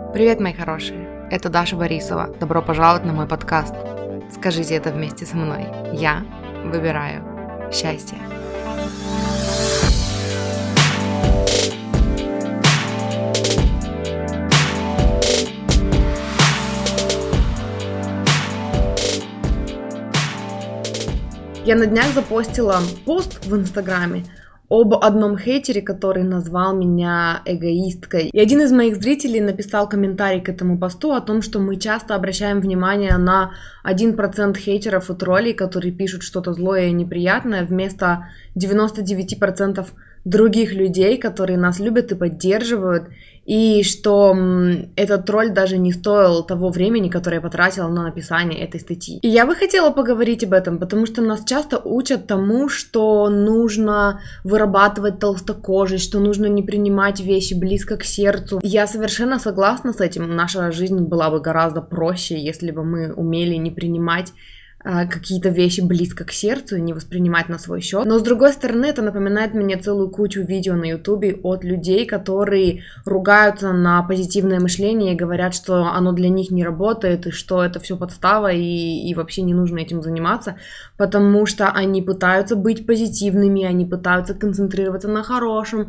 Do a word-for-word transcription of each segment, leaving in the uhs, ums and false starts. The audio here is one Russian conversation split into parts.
Привет, мои хорошие! Это Даша Борисова. Добро пожаловать на мой подкаст. Скажите это вместе со мной. Я выбираю счастье. Я на днях запостила пост в Инстаграме об одном хейтере, который назвал меня эгоисткой. И один из моих зрителей написал комментарий к этому посту о том, что мы часто обращаем внимание на один процент хейтеров и троллей, которые пишут что-то злое и неприятное, вместо девяноста девяти процентов других людей, которые нас любят и поддерживают, и что м, этот тролль даже не стоил того времени, которое я потратила на написание этой статьи. И я бы хотела поговорить об этом, потому что нас часто учат тому, что нужно вырабатывать толстокожесть, что нужно не принимать вещи близко к сердцу. Я совершенно согласна с этим. Наша жизнь была бы гораздо проще, если бы мы умели не принимать какие-то вещи близко к сердцу и не воспринимать на свой счет. Но с другой стороны, это напоминает мне целую кучу видео на ютубе от людей, которые ругаются на позитивное мышление и говорят, что оно для них не работает и что это все подстава и, и вообще не нужно этим заниматься, потому что они пытаются быть позитивными, они пытаются концентрироваться на хорошем,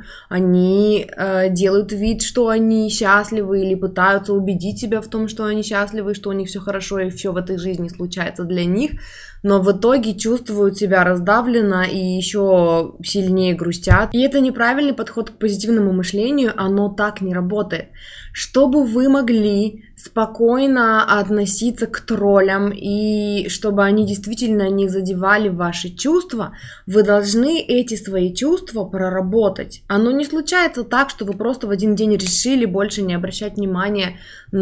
они э, делают вид, что они счастливы, или пытаются убедить себя в том, что они счастливы, что у них все хорошо и все в этой жизни случается для них, но в итоге чувствуют себя раздавленно и еще сильнее грустят. И это неправильный подход к позитивному мышлению, оно так не работает. Чтобы вы могли спокойно относиться к троллям и чтобы они действительно не задевали ваши чувства, вы должны эти свои чувства проработать. Оно не случается так, что вы просто в один день решили больше не обращать внимания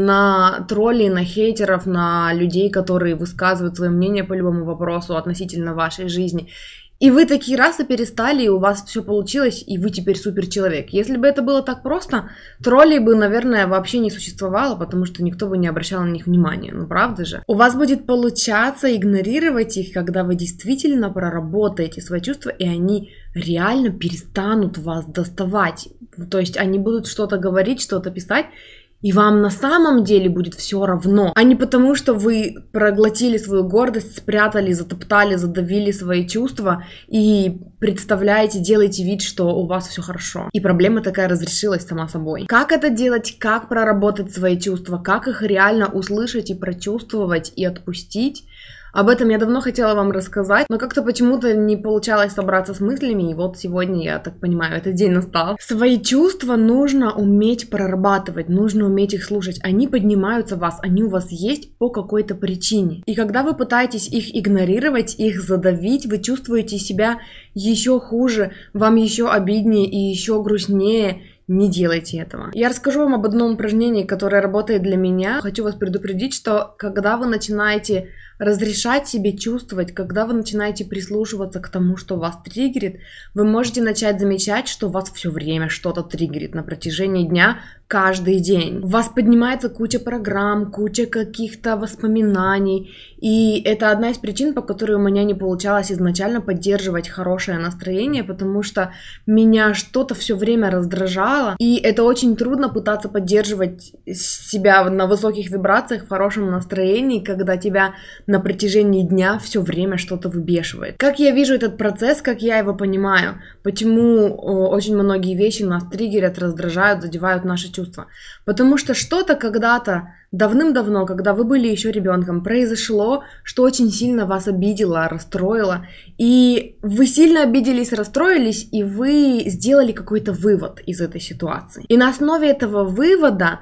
на троллей, на хейтеров, на людей, которые высказывают свое мнение по любому вопросу относительно вашей жизни. И вы такие раз и перестали, и у вас все получилось, и вы теперь супер человек. Если бы это было так просто, троллей бы, наверное, вообще не существовало, потому что никто бы не обращал на них внимания. Ну правда же? У вас будет получаться игнорировать их, когда вы действительно проработаете свои чувства, и они реально перестанут вас доставать. То есть они будут что-то говорить, что-то писать, и вам на самом деле будет все равно, а не потому, что вы проглотили свою гордость, спрятали, затоптали, задавили свои чувства и представляете, делаете вид, что у вас все хорошо. И проблема такая разрешилась сама собой. Как это делать, как проработать свои чувства, как их реально услышать и прочувствовать и отпустить? Об этом я давно хотела вам рассказать, но как-то почему-то не получалось собраться с мыслями, и вот сегодня, я так понимаю, этот день настал. Свои чувства нужно уметь прорабатывать, нужно уметь их слушать. Они поднимаются в вас, они у вас есть по какой-то причине. И когда вы пытаетесь их игнорировать, их задавить, вы чувствуете себя еще хуже, вам еще обиднее и еще грустнее. Не делайте этого. Я расскажу вам об одном упражнении, которое работает для меня. Хочу вас предупредить, что когда вы начинаете разрешать себе чувствовать, когда вы начинаете прислушиваться к тому, что вас триггерит, вы можете начать замечать, что вас все время что-то триггерит на протяжении дня, каждый день. У вас поднимается куча программ, куча каких-то воспоминаний, и это одна из причин, по которой у меня не получалось изначально поддерживать хорошее настроение, потому что меня что-то все время раздражало, и это очень трудно пытаться поддерживать себя на высоких вибрациях, в хорошем настроении, когда тебя на протяжении дня все время что-то выбешивает. Как я вижу этот процесс, как я его понимаю, почему очень многие вещи нас триггерят, раздражают, задевают наши чувства. Потому что что-то когда-то, давным-давно, когда вы были еще ребенком, произошло, что очень сильно вас обидело, расстроило, и вы сильно обиделись, расстроились, и вы сделали какой-то вывод из этой ситуации. И на основе этого вывода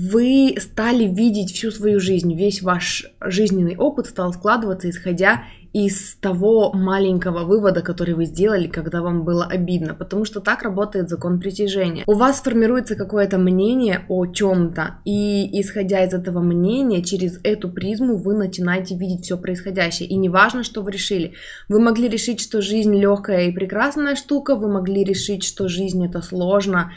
вы стали видеть всю свою жизнь, весь ваш жизненный опыт стал складываться, исходя из того маленького вывода, который вы сделали, когда вам было обидно, потому что так работает закон притяжения. У вас формируется какое-то мнение о чем-то, и исходя из этого мнения, через эту призму вы начинаете видеть все происходящее. И неважно, что вы решили. Вы могли решить, что жизнь легкая и прекрасная штука, вы могли решить, что жизнь это сложно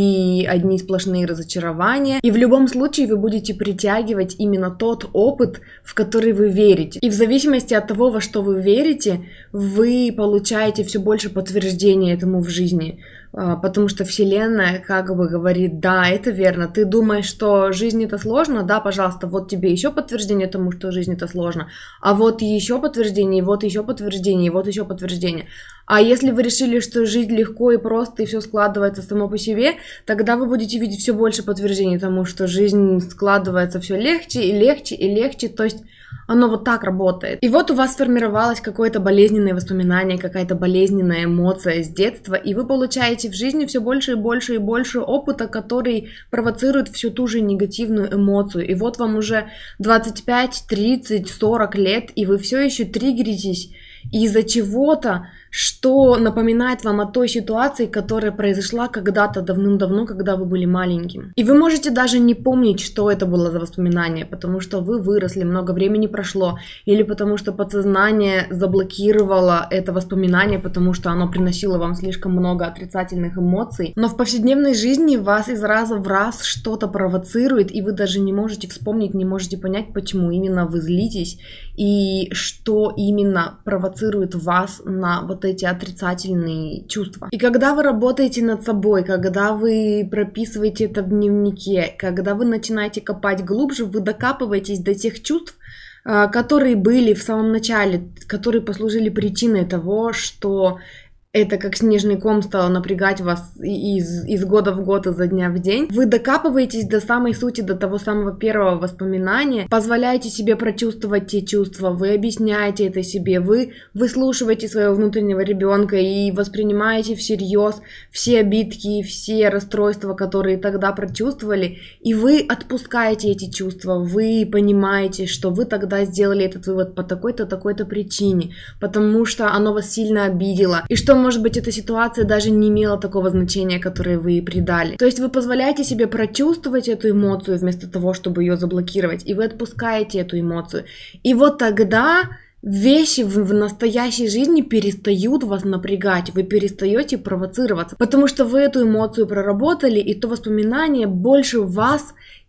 и одни сплошные разочарования. И в любом случае вы будете притягивать именно тот опыт, в который вы верите. И в зависимости от того, во что вы верите, вы получаете все больше подтверждения этому в жизни. потому что Вселенная как бы говорит: да, это верно, ты думаешь, что жизнь это сложно, да, пожалуйста, вот тебе еще подтверждение тому, что жизнь это сложно, а вот еще подтверждение, вот еще подтверждение, вот еще подтверждение. А если вы решили, что жить легко и просто, и все складывается само по себе, тогда вы будете видеть все больше подтверждений тому, что жизнь складывается все легче и легче и легче, то есть оно вот так работает. И вот у вас сформировалось какое-то болезненное воспоминание, какая-то болезненная эмоция с детства, и вы получаете в жизни все больше и больше и больше опыта, который провоцирует всю ту же негативную эмоцию. И вот вам уже двадцать пять, тридцать, сорок лет, и вы все еще триггеритесь из-за чего-то, что напоминает вам о той ситуации, которая произошла когда-то давным-давно, когда вы были маленьким. И вы можете даже не помнить, что это было за воспоминание, потому что вы выросли, много времени прошло, или потому что подсознание заблокировало это воспоминание, потому что оно приносило вам слишком много отрицательных эмоций. Но в повседневной жизни вас из раза в раз что-то провоцирует, и вы даже не можете вспомнить, не можете понять, почему именно вы злитесь, и что именно провоцирует вас на вот эти отрицательные чувства. И когда вы работаете над собой, когда вы прописываете это в дневнике, когда вы начинаете копать глубже, вы докапываетесь до тех чувств, которые были в самом начале, которые послужили причиной того, что это как снежный ком стало напрягать вас из, из года в год, изо дня в день. Вы докапываетесь до самой сути, до того самого первого воспоминания, позволяете себе прочувствовать те чувства, вы объясняете это себе, вы выслушиваете своего внутреннего ребенка и воспринимаете всерьез все обидки, все расстройства, которые тогда прочувствовали, и вы отпускаете эти чувства, вы понимаете, что вы тогда сделали этот вывод по такой-то, такой-то причине, потому что оно вас сильно обидело, и что, может быть, эта ситуация даже не имела такого значения, которое вы ей придали. То есть вы позволяете себе прочувствовать эту эмоцию вместо того, чтобы ее заблокировать, и вы отпускаете эту эмоцию. И вот тогда вещи в, в настоящей жизни перестают вас напрягать, вы перестаете провоцироваться, потому что вы эту эмоцию проработали, и то воспоминание больше вас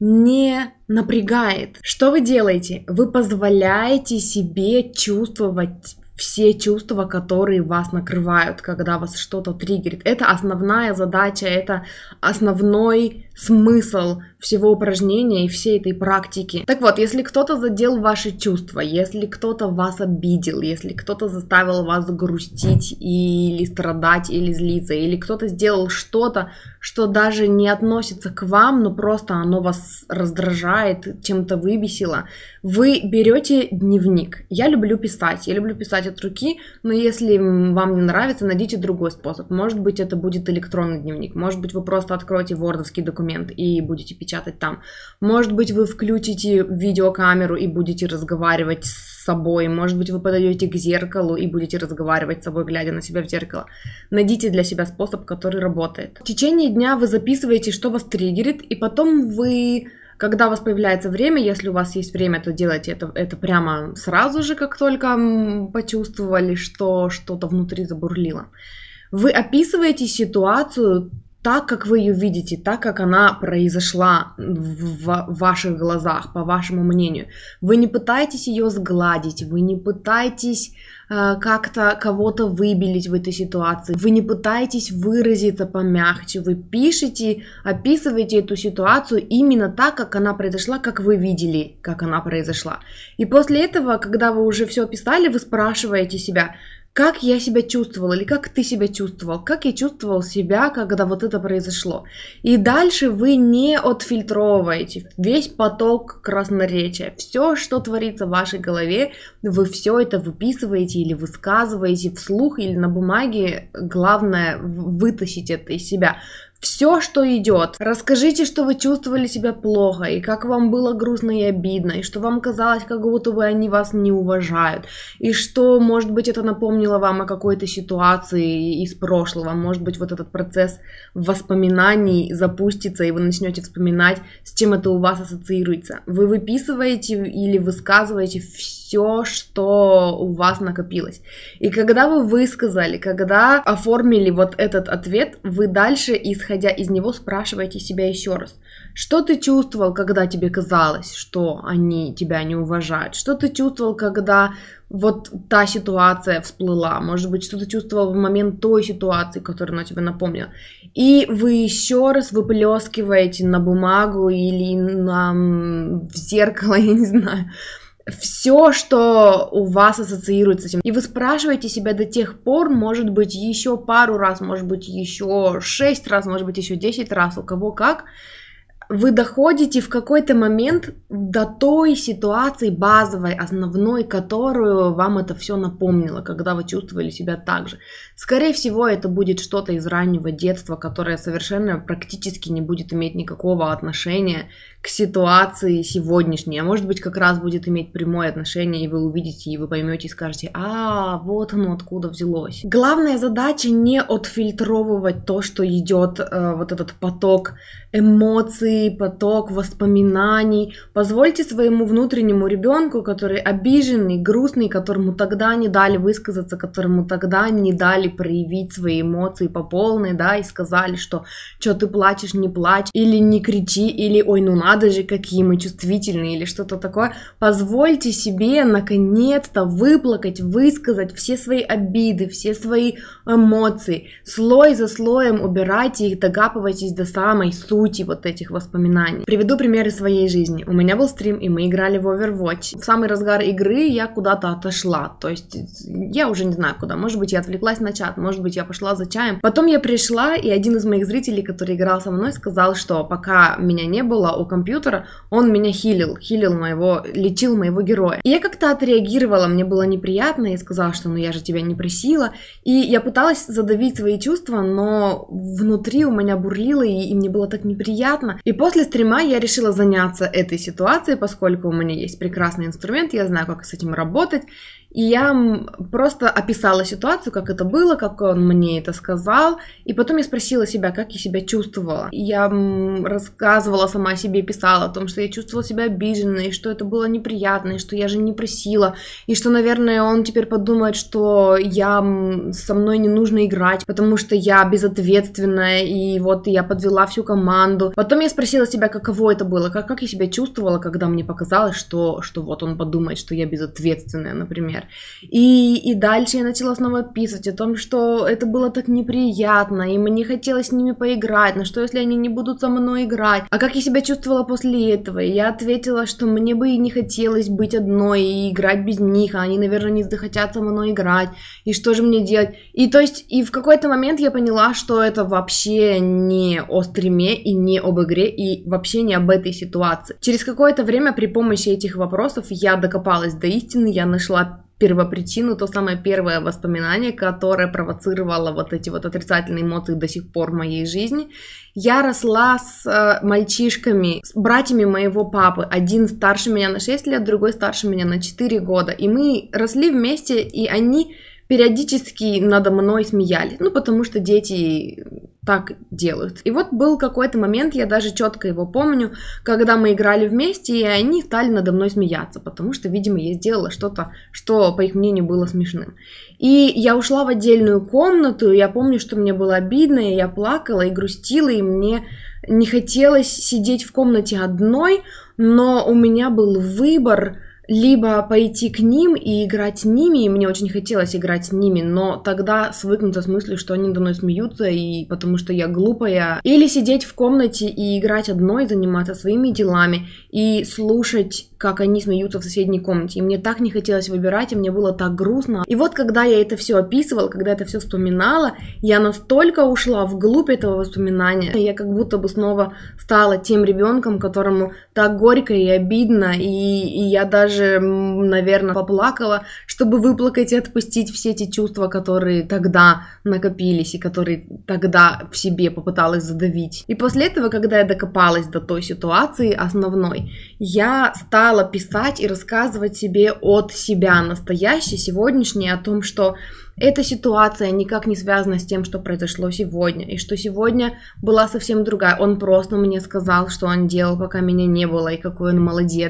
не напрягает. Что вы делаете? Вы позволяете себе чувствовать все чувства, которые вас накрывают, когда вас что-то триггерит. Это основная задача, это основной смысл всего упражнения и всей этой практики. Так вот, если кто-то задел ваши чувства, если кто-то вас обидел, если кто-то заставил вас грустить или страдать, или злиться, или кто-то сделал что-то, что даже не относится к вам, но просто оно вас раздражает, чем-то выбесило, вы берете дневник. Я люблю писать, я люблю писать от руки, но если вам не нравится, найдите другой способ. Может быть, это будет электронный дневник, может быть, вы просто откроете вордовский документ и будете печатать там. Может быть, вы включите видеокамеру и будете разговаривать с собой. Может быть, вы подойдете к зеркалу и будете разговаривать с собой, глядя на себя в зеркало. Найдите для себя способ, который работает. В течение дня вы записываете, что вас триггерит, и потом вы, когда у вас появляется время, если у вас есть время, то делайте это, это прямо сразу же, как только почувствовали, что что-то внутри забурлило. Вы описываете ситуацию так, как вы ее видите, так, как она произошла в ваших глазах, по вашему мнению. Вы не пытаетесь ее сгладить, вы не пытаетесь э, как-то кого-то выбелить в этой ситуации, вы не пытаетесь выразиться помягче, вы пишете, описываете эту ситуацию именно так, как она произошла, как вы видели, как она произошла. И после этого, когда вы уже все описали, вы спрашиваете себя: как я себя чувствовал, или как ты себя чувствовал, как я чувствовал себя, когда вот это произошло. И дальше вы не отфильтровываете весь поток красноречия. Все, что творится в вашей голове, вы все это выписываете или высказываете вслух, или на бумаге. Главное вытащить это из себя. Все, что идет. Расскажите, что вы чувствовали себя плохо, и как вам было грустно и обидно, и что вам казалось, как будто бы они вас не уважают, и что, может быть, это напомнило вам о какой-то ситуации из прошлого, может быть, вот этот процесс воспоминаний запустится, и вы начнете вспоминать, с чем это у вас ассоциируется. Вы выписываете или высказываете все, что у вас накопилось. И когда вы высказали, когда оформили вот этот ответ, вы дальше исходите исходя из него, спрашивайте себя еще раз. Что ты чувствовал, когда тебе казалось, что они тебя не уважают? Что ты чувствовал, когда вот та ситуация всплыла? Может быть, что ты чувствовал в момент той ситуации, которую она тебе напомнила? И вы еще раз выплескиваете на бумагу или на в зеркало, я не знаю, все, что у вас ассоциируется с этим. И вы спрашиваете себя до тех пор, может быть, еще пару раз, может быть, еще шесть раз, может быть, еще десять раз, у кого как. Вы доходите в какой-то момент до той ситуации базовой, основной, которую вам это все напомнило, когда вы чувствовали себя так же. Скорее всего, это будет что-то из раннего детства, которое совершенно практически не будет иметь никакого отношения к ситуации сегодняшней, а может быть, как раз будет иметь прямое отношение, и вы увидите, и вы поймете, и скажете: а, вот оно откуда взялось. Главная задача не отфильтровывать то, что идет, э, вот этот поток эмоций, поток воспоминаний. Позвольте своему внутреннему ребенку, который обиженный, грустный, которому тогда не дали высказаться, которому тогда не дали проявить свои эмоции по полной, да, и сказали, что что ты плачешь, не плачь, или не кричи, или ой, ну надо же, какие мы чувствительные, или что-то такое. Позвольте себе наконец-то выплакать, высказать все свои обиды, все свои эмоции. Слой за слоем убирайте их, докапывайтесь до самой сути вот этих воспоминаний. Приведу примеры своей жизни. У меня был стрим, и мы играли в Overwatch. В самый разгар игры я куда-то отошла, то есть я уже не знаю куда. Может быть, я отвлеклась на чат, может быть, я пошла за чаем. Потом я пришла, и один из моих зрителей, который играл со мной, сказал, что пока меня не было у компьютера, он меня хилил, хилил моего, лечил моего героя. И я как-то отреагировала, мне было неприятно, и сказала, что ну я же тебя не просила. И я пыталась задавить свои чувства, но внутри у меня бурлило, и, и мне было так неприятно. И после стрима я решила заняться этой ситуацией, поскольку у меня есть прекрасный инструмент, я знаю, как с этим работать. И я просто описала ситуацию, как это было, как он мне это сказал. И потом я спросила себя, как я себя чувствовала. И я рассказывала сама о себе, писала о том, что я чувствовала себя обиженной, что это было неприятно, и что я же не просила. И что, наверное, он теперь подумает, что я со мной не нужно играть, потому что я безответственная, и вот я подвела всю команду. Потом я спросила себя, каково это было, как, как я себя чувствовала, когда мне показалось, что, что вот он подумает, что я безответственная, например. И, и дальше я начала снова писать о том, что это было так неприятно, и мне хотелось с ними поиграть, но что если они не будут со мной играть? А как я себя чувствовала после этого? И я ответила, что мне бы и не хотелось быть одной и играть без них, а они, наверное, не захотят со мной играть, и что же мне делать? И то есть, и в какой-то момент я поняла, что это вообще не о стриме и не об игре, и вообще не об этой ситуации. Через какое-то время при помощи этих вопросов я докопалась до истины, я нашла первопричину, то самое первое воспоминание, которое провоцировало вот эти вот отрицательные эмоции до сих пор в моей жизни. Я росла с э, мальчишками, с братьями моего папы. Один старше меня на шесть лет, другой старше меня на четыре года. И мы росли вместе, и они периодически надо мной смеялись. Ну, потому что дети так делают. И вот был какой-то момент, я даже четко его помню, когда мы играли вместе, и они стали надо мной смеяться, потому что, видимо, я сделала что-то, что, по их мнению, было смешным. И я ушла в отдельную комнату, и я помню, что мне было обидно, и я плакала и грустила, и мне не хотелось сидеть в комнате одной, но у меня был выбор либо пойти к ним и играть с ними, и мне очень хотелось играть с ними, но тогда свыкнуться с мыслью, что они надо мной смеются, и потому что я глупая, или сидеть в комнате и играть одной, заниматься своими делами, и слушать, как они смеются в соседней комнате. И мне так не хотелось выбирать, и мне было так грустно. И вот когда я это все описывала, когда это все вспоминала, я настолько ушла вглубь этого воспоминания, я как будто бы снова стала тем ребенком, которому так горько и обидно, и, и я даже наверное, поплакала, чтобы выплакать и отпустить все эти чувства, которые тогда накопились и которые тогда в себе попыталась задавить. И после этого, когда я докопалась до той ситуации основной, я стала писать и рассказывать себе от себя настоящей, сегодняшней, о том, что эта ситуация никак не связана с тем, что произошло сегодня, и что сегодня была совсем другая. Он просто мне сказал, что он делал, пока меня не было, и какой он молодец.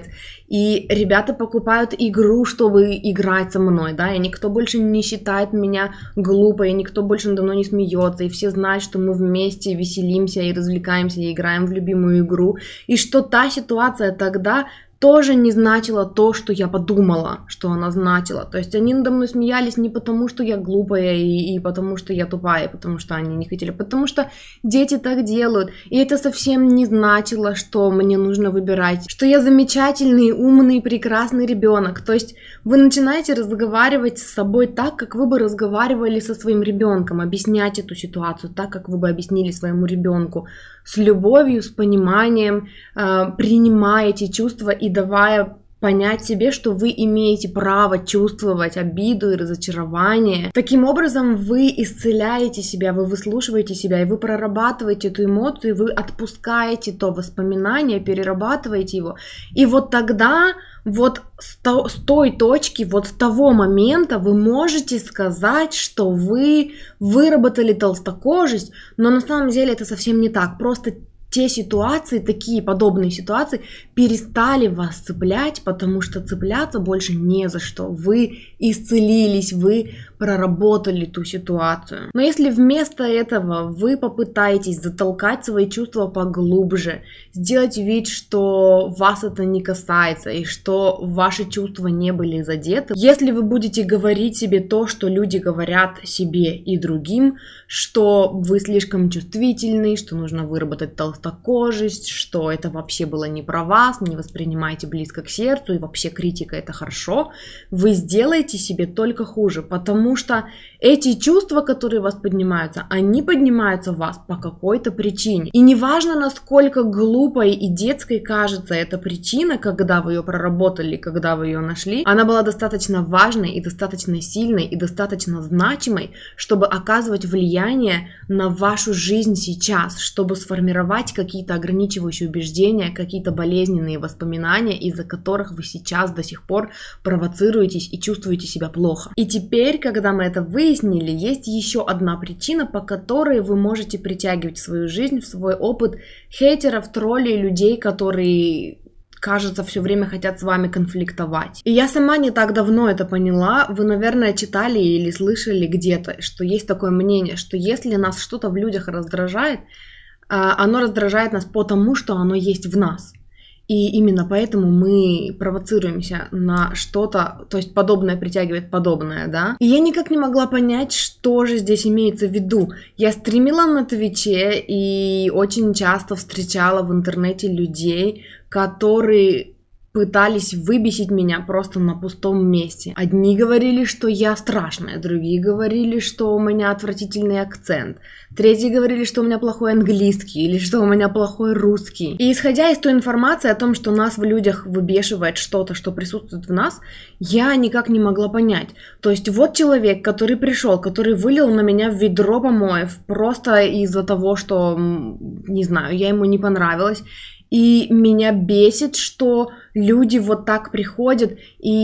И ребята покупают игру, чтобы играть со мной, да, и никто больше не считает меня глупой, и никто больше надо мной не смеется, и все знают, что мы вместе веселимся и развлекаемся, и играем в любимую игру, и что та ситуация тогда тоже не значила то, что я подумала, что она значила. То есть они надо мной смеялись не потому, что я глупая и, и потому, что я тупая, потому что они не хотели, потому что дети так делают. И это совсем не значило, что мне нужно выбирать, что я замечательный, умный, прекрасный ребенок. То есть вы начинаете разговаривать с собой так, как вы бы разговаривали со своим ребенком, объяснять эту ситуацию так, как вы бы объяснили своему ребенку, с любовью, с пониманием, э, принимая эти чувства и давая понять себе, что вы имеете право чувствовать обиду и разочарование. Таким образом, вы исцеляете себя, вы выслушиваете себя, и вы прорабатываете эту эмоцию, вы отпускаете то воспоминание, перерабатываете его. И вот тогда, вот с, то, с той точки, вот с того момента вы можете сказать, что вы выработали толстокожесть, но на самом деле это совсем не так. Просто те ситуации, такие подобные ситуации перестали вас цеплять, потому что цепляться больше не за что. Вы исцелились, вы проработали ту ситуацию. Но если вместо этого вы попытаетесь затолкать свои чувства поглубже, сделать вид, что вас это не касается и что ваши чувства не были задеты, если вы будете говорить себе то, что люди говорят себе и другим, что вы слишком чувствительны, что нужно выработать толстокожесть, что это вообще было не про вас, не воспринимайте близко к сердцу и вообще критика это хорошо, вы сделаете себе только хуже, потому что эти чувства, которые у вас поднимаются, они поднимаются в вас по какой-то причине. И неважно, насколько глупой и детской кажется эта причина, когда вы ее проработали, когда вы ее нашли, она была достаточно важной и достаточно сильной и достаточно значимой, чтобы оказывать влияние на вашу жизнь сейчас, чтобы сформировать какие-то ограничивающие убеждения, какие-то болезненные воспоминания, из-за которых вы сейчас до сих пор провоцируетесь и чувствуете себя плохо. И теперь, когда мы это выяснили, есть еще одна причина, по которой вы можете притягивать в свою жизнь, в свой опыт хейтеров, троллей, людей, которые, кажется, все время хотят с вами конфликтовать. И я сама не так давно это поняла. Вы, наверное, читали или слышали где-то, что есть такое мнение, что если нас что-то в людях раздражает, оно раздражает нас потому, что оно есть в нас. И именно поэтому мы провоцируемся на что-то, то есть подобное притягивает подобное, да. И я никак не могла понять, что же здесь имеется в виду. Я стримила на Твиче и очень часто встречала в интернете людей, которые пытались выбесить меня просто на пустом месте. Одни говорили, что я страшная, другие говорили, что у меня отвратительный акцент, третьи говорили, что у меня плохой английский или что у меня плохой русский. И исходя из той информации о том, что нас в людях выбешивает что-то, что присутствует в нас, я никак не могла понять. То есть вот человек, который пришел, который вылил на меня в ведро помоев просто из-за того, что, не знаю, я ему не понравилась. И меня бесит, что люди вот так приходят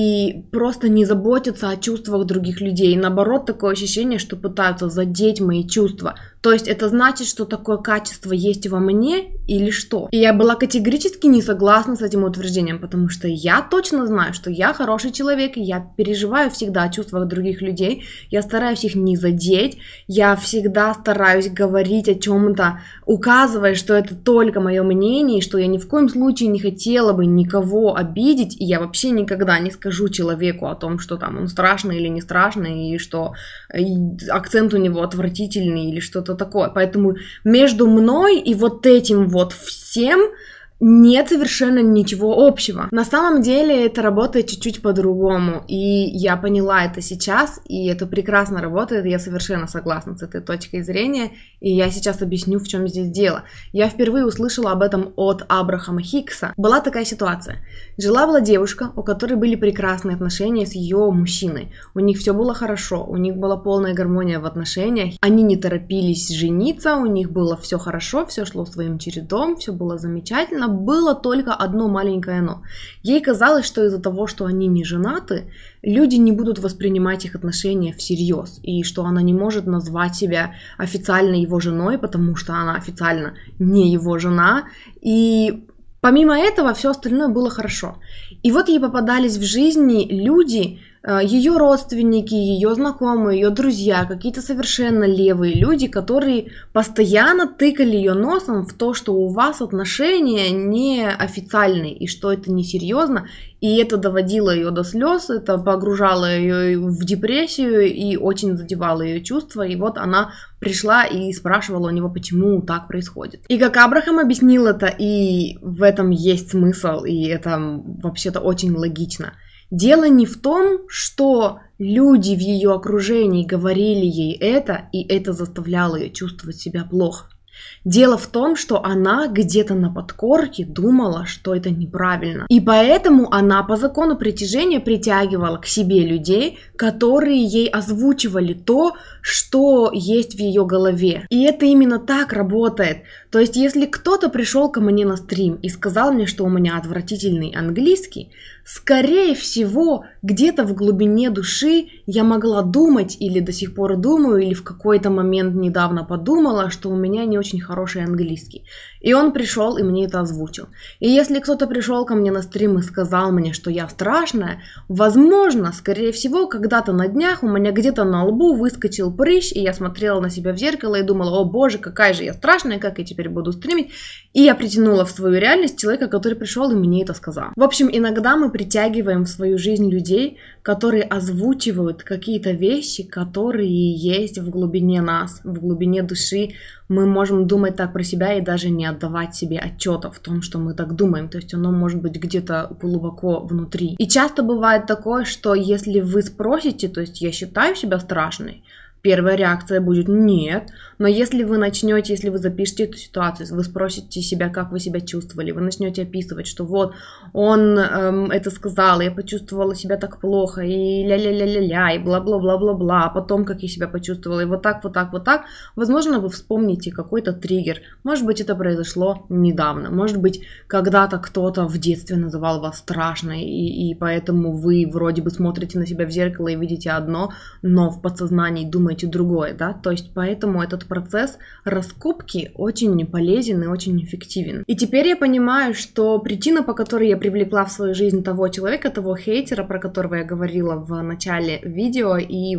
и просто не заботятся о чувствах других людей. Наоборот, такое ощущение, что пытаются задеть мои чувства. То есть это значит, что такое качество есть во мне или что? И я была категорически не согласна с этим утверждением, потому что я точно знаю, что я хороший человек, и я переживаю всегда о чувствах других людей, я стараюсь их не задеть, я всегда стараюсь говорить о чем-то, указывая, что это только мое мнение, и что я ни в коем случае не хотела бы никого обидеть, и я вообще никогда не скажу человеку о том, что там он страшный или не страшный, и что акцент у него отвратительный или что-то такое. Поэтому между мной и вот этим вот всем нет совершенно ничего общего. На самом деле это работает чуть-чуть по-другому, и я поняла это сейчас, и это прекрасно работает, я совершенно согласна с этой точкой зрения, и я сейчас объясню, в чем здесь дело. Я впервые услышала об этом от Абрахама Хикса. Была такая ситуация. Жила-была девушка, у которой были прекрасные отношения с ее мужчиной. У них все было хорошо, у них была полная гармония в отношениях, они не торопились жениться, у них было все хорошо, все шло своим чередом, все было замечательно, было только одно маленькое «но». Ей казалось, что из-за того, что они не женаты, люди не будут воспринимать их отношения всерьез, и что она не может назвать себя официально его женой, потому что она официально не его жена, и помимо этого все остальное было хорошо. И вот ей попадались в жизни люди, ее родственники, ее знакомые, ее друзья, какие-то совершенно левые люди, которые постоянно тыкали ее носом в то, что у вас отношения неофициальные, и что это несерьезно, и это доводило ее до слез, это погружало ее в депрессию и очень задевало ее чувства, и вот она пришла и спрашивала у него, почему так происходит. И как Абрахам объяснил это, и в этом есть смысл, и это вообще-то очень логично. Дело не в том, что люди в ее окружении говорили ей это, и это заставляло ее чувствовать себя плохо. Дело в том, что она где-то на подкорке думала, что это неправильно. И поэтому она по закону притяжения притягивала к себе людей, которые ей озвучивали то, что есть в ее голове. И это именно так работает. То есть, если кто-то пришел ко мне на стрим и сказал мне, что у меня отвратительный английский, скорее всего, где-то в глубине души я могла думать, или до сих пор думаю, или в какой-то момент недавно подумала, что у меня не очень хороший английский. И он пришел и мне это озвучил. И если кто-то пришел ко мне на стрим и сказал мне, что я страшная, возможно, скорее всего, когда-то на днях у меня где-то на лбу выскочил прыщ, и я смотрела на себя в зеркало и думала: о боже, какая же я страшная, как я теперь буду стримить. И я притянула в свою реальность человека, который пришел и мне это сказал. В общем, иногда мы притягиваем в свою жизнь людей, которые озвучивают какие-то вещи, которые есть в глубине нас, в глубине души. Мы можем думать так про себя и даже не отдавать себе отчета в том, что мы так думаем. То есть оно может быть где-то глубоко внутри. И часто бывает такое, что если вы спросите, то есть я считаю себя страшной, первая реакция будет «нет», но если вы начнете, если вы запишете эту ситуацию, вы спросите себя, как вы себя чувствовали, вы начнете описывать, что вот он эм, это сказал, я почувствовала себя так плохо, и ля-ля-ля-ля-ля, и бла-бла-бла-бла-бла, а потом как я себя почувствовала, и вот так, вот так, вот так, возможно, вы вспомните какой-то триггер, может быть, это произошло недавно, может быть, когда-то кто-то в детстве называл вас страшной, и, и поэтому вы вроде бы смотрите на себя в зеркало и видите одно, но в подсознании думаете другое, да, то есть поэтому этот процесс раскопки очень полезен и очень эффективен. И теперь я понимаю, что причина, по которой я привлекла в свою жизнь того человека, того хейтера, про которого я говорила в начале видео и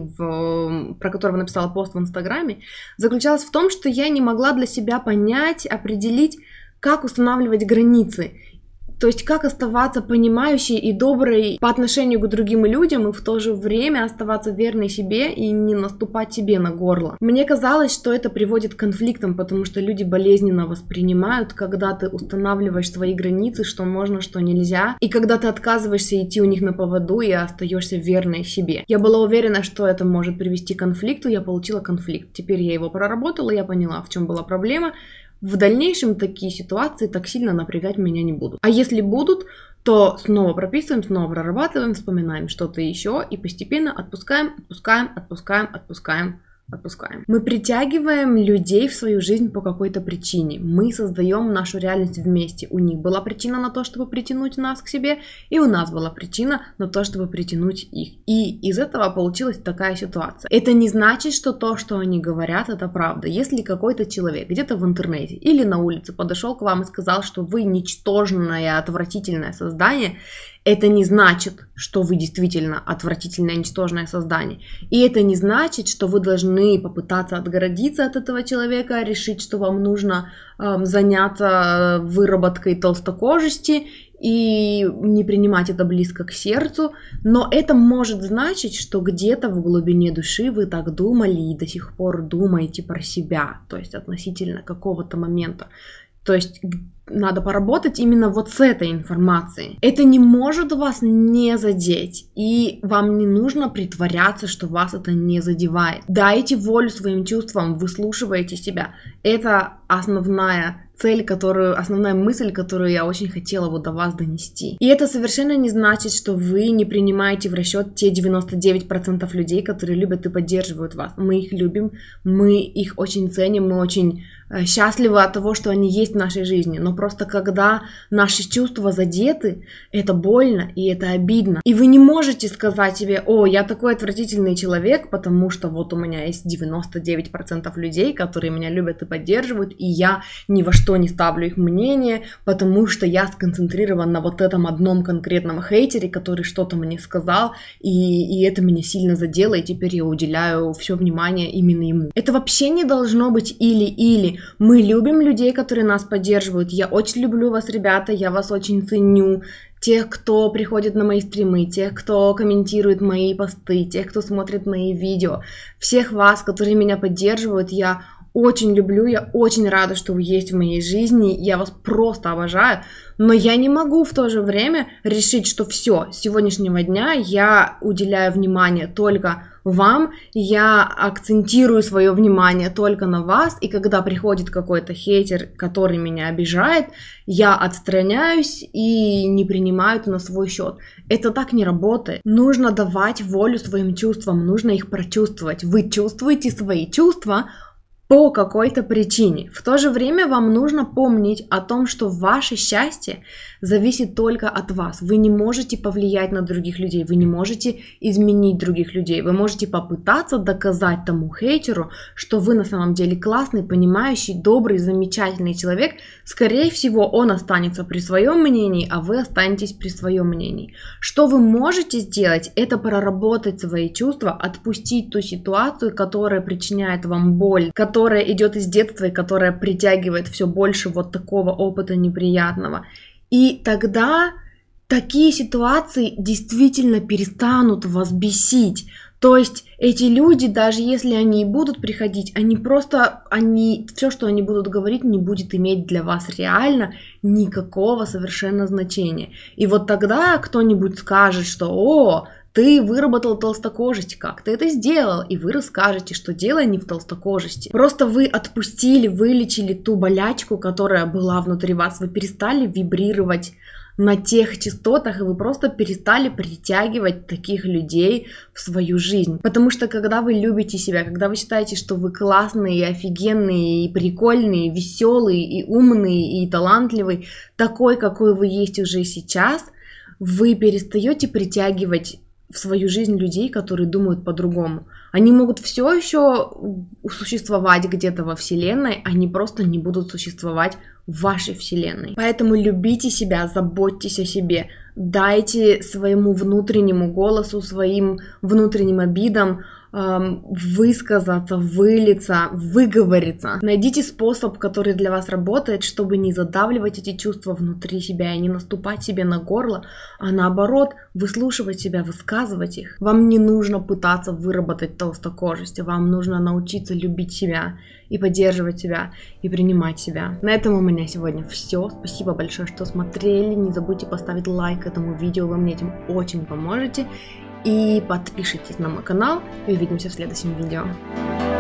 в, про которого написала пост в Инстаграме, заключалась в том, что я не могла для себя понять, определить, как устанавливать границы. То есть как оставаться понимающей и доброй по отношению к другим людям и в то же время оставаться верной себе и не наступать себе на горло. Мне казалось, что это приводит к конфликтам, потому что люди болезненно воспринимают, когда ты устанавливаешь свои границы, что можно, что нельзя, и когда ты отказываешься идти у них на поводу и остаешься верной себе. Я была уверена, что это может привести к конфликту, я получила конфликт. Теперь я его проработала, я поняла, в чем была проблема. В дальнейшем такие ситуации так сильно напрягать меня не будут. А если будут, то снова прописываем, снова прорабатываем, вспоминаем что-то еще и постепенно отпускаем, отпускаем, отпускаем, отпускаем, отпускаем. Мы притягиваем людей в свою жизнь по какой-то причине. Мы создаем нашу реальность вместе. У них была причина на то, чтобы притянуть нас к себе, и у нас была причина на то, чтобы притянуть их. И из этого получилась такая ситуация. Это не значит, что то, что они говорят, это правда. Если какой-то человек где-то в интернете или на улице подошел к вам и сказал, что вы ничтожное, отвратительное создание, это не значит, что вы действительно отвратительное, ничтожное создание. И это не значит, что вы должны попытаться отгородиться от этого человека, решить, что вам нужно э, заняться выработкой толстокожести и не принимать это близко к сердцу. Но это может значить, что где-то в глубине души вы так думали и до сих пор думаете про себя, то есть относительно какого-то момента. То есть надо поработать именно вот с этой информацией. Это не может вас не задеть, и вам не нужно притворяться, что вас это не задевает. Дайте волю своим чувствам, выслушивайте себя. Это основная цель, которую, основная мысль, которую я очень хотела вот до вас донести. И это совершенно не значит, что вы не принимаете в расчет те девяносто девять процентов людей, которые любят и поддерживают вас. Мы их любим, мы их очень ценим, мы очень счастливы от того, что они есть в нашей жизни. Но просто когда наши чувства задеты, это больно и это обидно. И вы не можете сказать себе: о, я такой отвратительный человек, потому что вот у меня есть девяносто девять процентов людей, которые меня любят и поддерживают, и я ни во что не ставлю их мнение, потому что я сконцентрирован на вот этом одном конкретном хейтере, который что-то мне сказал, и, и это меня сильно задело, и теперь я уделяю все внимание именно ему. Это вообще не должно быть или-или. Мы любим людей, которые нас поддерживают. Я очень люблю вас, ребята, я вас очень ценю. Тех, кто приходит на мои стримы, тех, кто комментирует мои посты, тех, кто смотрит мои видео. Всех вас, которые меня поддерживают, я очень люблю, я очень рада, что вы есть в моей жизни, я вас просто обожаю, но я не могу в то же время решить, что все, с сегодняшнего дня я уделяю внимание только вам, я акцентирую свое внимание только на вас, и когда приходит какой-то хейтер, который меня обижает, я отстраняюсь и не принимаю это на свой счет. Это так не работает. Нужно давать волю своим чувствам, нужно их прочувствовать. Вы чувствуете свои чувства по какой-то причине. В то же время вам нужно помнить о том, что ваше счастье зависит только от вас. Вы не можете повлиять на других людей, вы не можете изменить других людей. Вы можете попытаться доказать тому хейтеру, что вы на самом деле классный, понимающий, добрый, замечательный человек. Скорее всего, он останется при своем мнении, а вы останетесь при своем мнении. Что вы можете сделать, это проработать свои чувства, отпустить ту ситуацию, которая причиняет вам боль, которая идет из детства и которая притягивает все больше вот такого опыта неприятного. И тогда такие ситуации действительно перестанут вас бесить. То есть эти люди, даже если они и будут приходить, они просто, они, все, что они будут говорить, не будет иметь для вас реально никакого совершенно значения. И вот тогда кто-нибудь скажет, что «О, ты выработал толстокожесть, как ты это сделал?» И вы расскажете, что дело не в толстокожести. Просто вы отпустили, вылечили ту болячку, которая была внутри вас. Вы перестали вибрировать на тех частотах, и вы просто перестали притягивать таких людей в свою жизнь. Потому что когда вы любите себя, когда вы считаете, что вы классный, и офигенный, и прикольный, и веселый, и умный, и талантливый, такой, какой вы есть уже сейчас, вы перестаете притягивать в свою жизнь людей, которые думают по-другому. Они могут все еще существовать где-то во Вселенной, они просто не будут существовать в вашей Вселенной. Поэтому любите себя, заботьтесь о себе, дайте своему внутреннему голосу, своим внутренним обидам эм, высказаться, вылиться, выговориться. Найдите способ, который для вас работает, чтобы не задавливать эти чувства внутри себя и не наступать себе на горло, а наоборот выслушивать себя, высказывать их. Вам не нужно пытаться выработать толстокожесть, вам нужно научиться любить себя и поддерживать себя, и принимать себя. На этом у меня сегодня все. Спасибо большое, что смотрели. Не забудьте поставить лайк этому видео, вы мне этим очень поможете. И подпишитесь на мой канал, и увидимся в следующем видео.